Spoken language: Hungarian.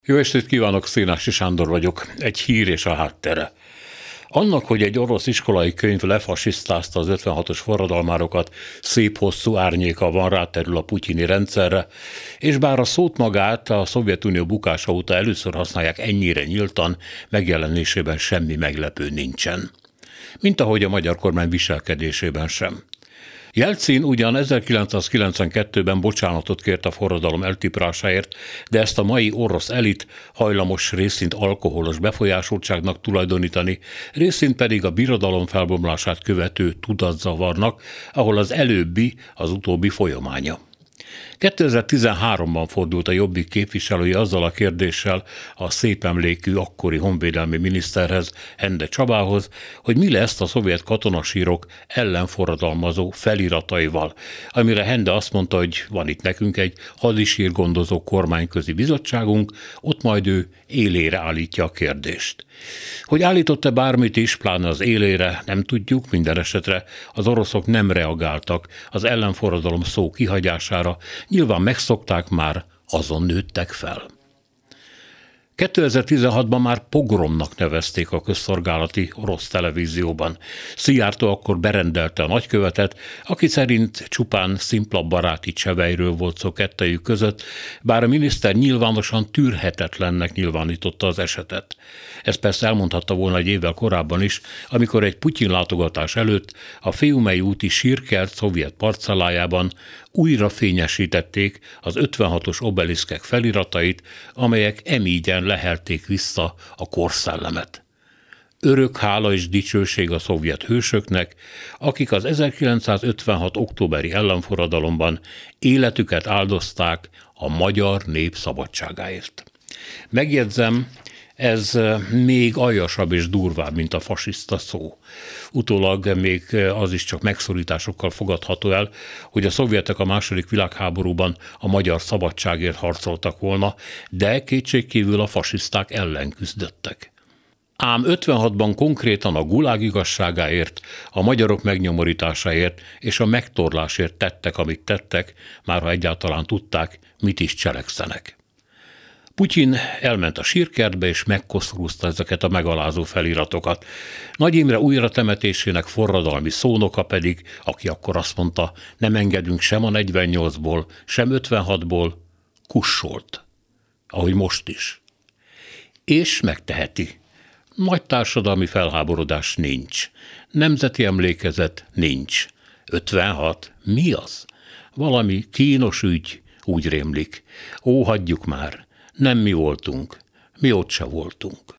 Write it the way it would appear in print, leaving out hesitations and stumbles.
Jó estét kívánok, Szénási Sándor vagyok. Egy hír és a háttere. Annak, hogy egy orosz iskolai könyv lefasisztázta az 56-os forradalmárokat, szép hosszú árnyéka van, ráterül a putyini rendszerre, és bár a szót magát a Szovjetunió bukása óta először használják ennyire nyíltan, megjelenésében semmi meglepő nincsen. Mint ahogy a magyar kormány viselkedésében sem. Jelcin ugyan 1992-ben bocsánatot kért a forradalom eltiprásáért, de ezt a mai orosz elit hajlamos részint alkoholos befolyásoltságnak tulajdonítani, részint pedig a birodalom felbomlását követő tudatzavarnak, ahol az előbbi az utóbbi folyamánya. 2013-ban fordult a Jobbik képviselője azzal a kérdéssel a szép emlékű akkori honvédelmi miniszterhez, Ende Csabához, hogy mi lesz a szovjet katonasírok ellenforradalmazó felirataival, amire Ende azt mondta, hogy van itt nekünk egy hadisírgondozó kormányközi bizottságunk, ott majd ő élére állítja a kérdést. Hogy állított-e bármit is, pláne az élére, nem tudjuk, minden esetre az oroszok nem reagáltak az ellenforradalom szó kihagyására, nyilván megszokták már, azon nőttek fel. 2016-ban már pogromnak nevezték a közszolgálati orosz televízióban. Szijjártó akkor berendelte a nagykövetet, aki szerint csupán szimpla baráti csevejről volt szó kettejük között, bár a miniszter nyilvánosan tűrhetetlennek nyilvánította az esetet. Ez persze elmondhatta volna egy évvel korábban is, amikor egy Putyin látogatás előtt a Fiumei úti sírkert szovjet parcellájában újra fényesítették az 56-os obeliszkek feliratait, amelyek emígyen lehelték vissza a korszellemet. Örök hála és dicsőség a szovjet hősöknek, akik az 1956. októberi ellenforradalomban életüket áldozták a magyar nép szabadságáért. Megjegyzem, ez még aljasabb és durvább, mint a fasiszta szó. Utólag még az is csak megszorításokkal fogadható el, hogy a szovjetek a II. Világháborúban a magyar szabadságért harcoltak volna, de kétségkívül a fasiszták ellen küzdöttek. Ám 56-ban konkrétan a gulág igazságáért, a magyarok megnyomorításáért és a megtorlásért tettek, amit tettek, márha egyáltalán tudták, mit is cselekszenek. Putyin elment a sírkertbe és megkoszorúzta ezeket a megalázó feliratokat. Nagy Imre újratemetésének forradalmi szónoka pedig, aki akkor azt mondta, nem engedünk sem a 48-ból, sem 56-ból, kussolt. Ahogy most is. És megteheti. Nagy társadalmi felháborodás nincs. Nemzeti emlékezet nincs. 56? Mi az? Valami kínos ügy, úgy rémlik. Ó, hagyjuk már. Nem mi voltunk, mi ott se voltunk.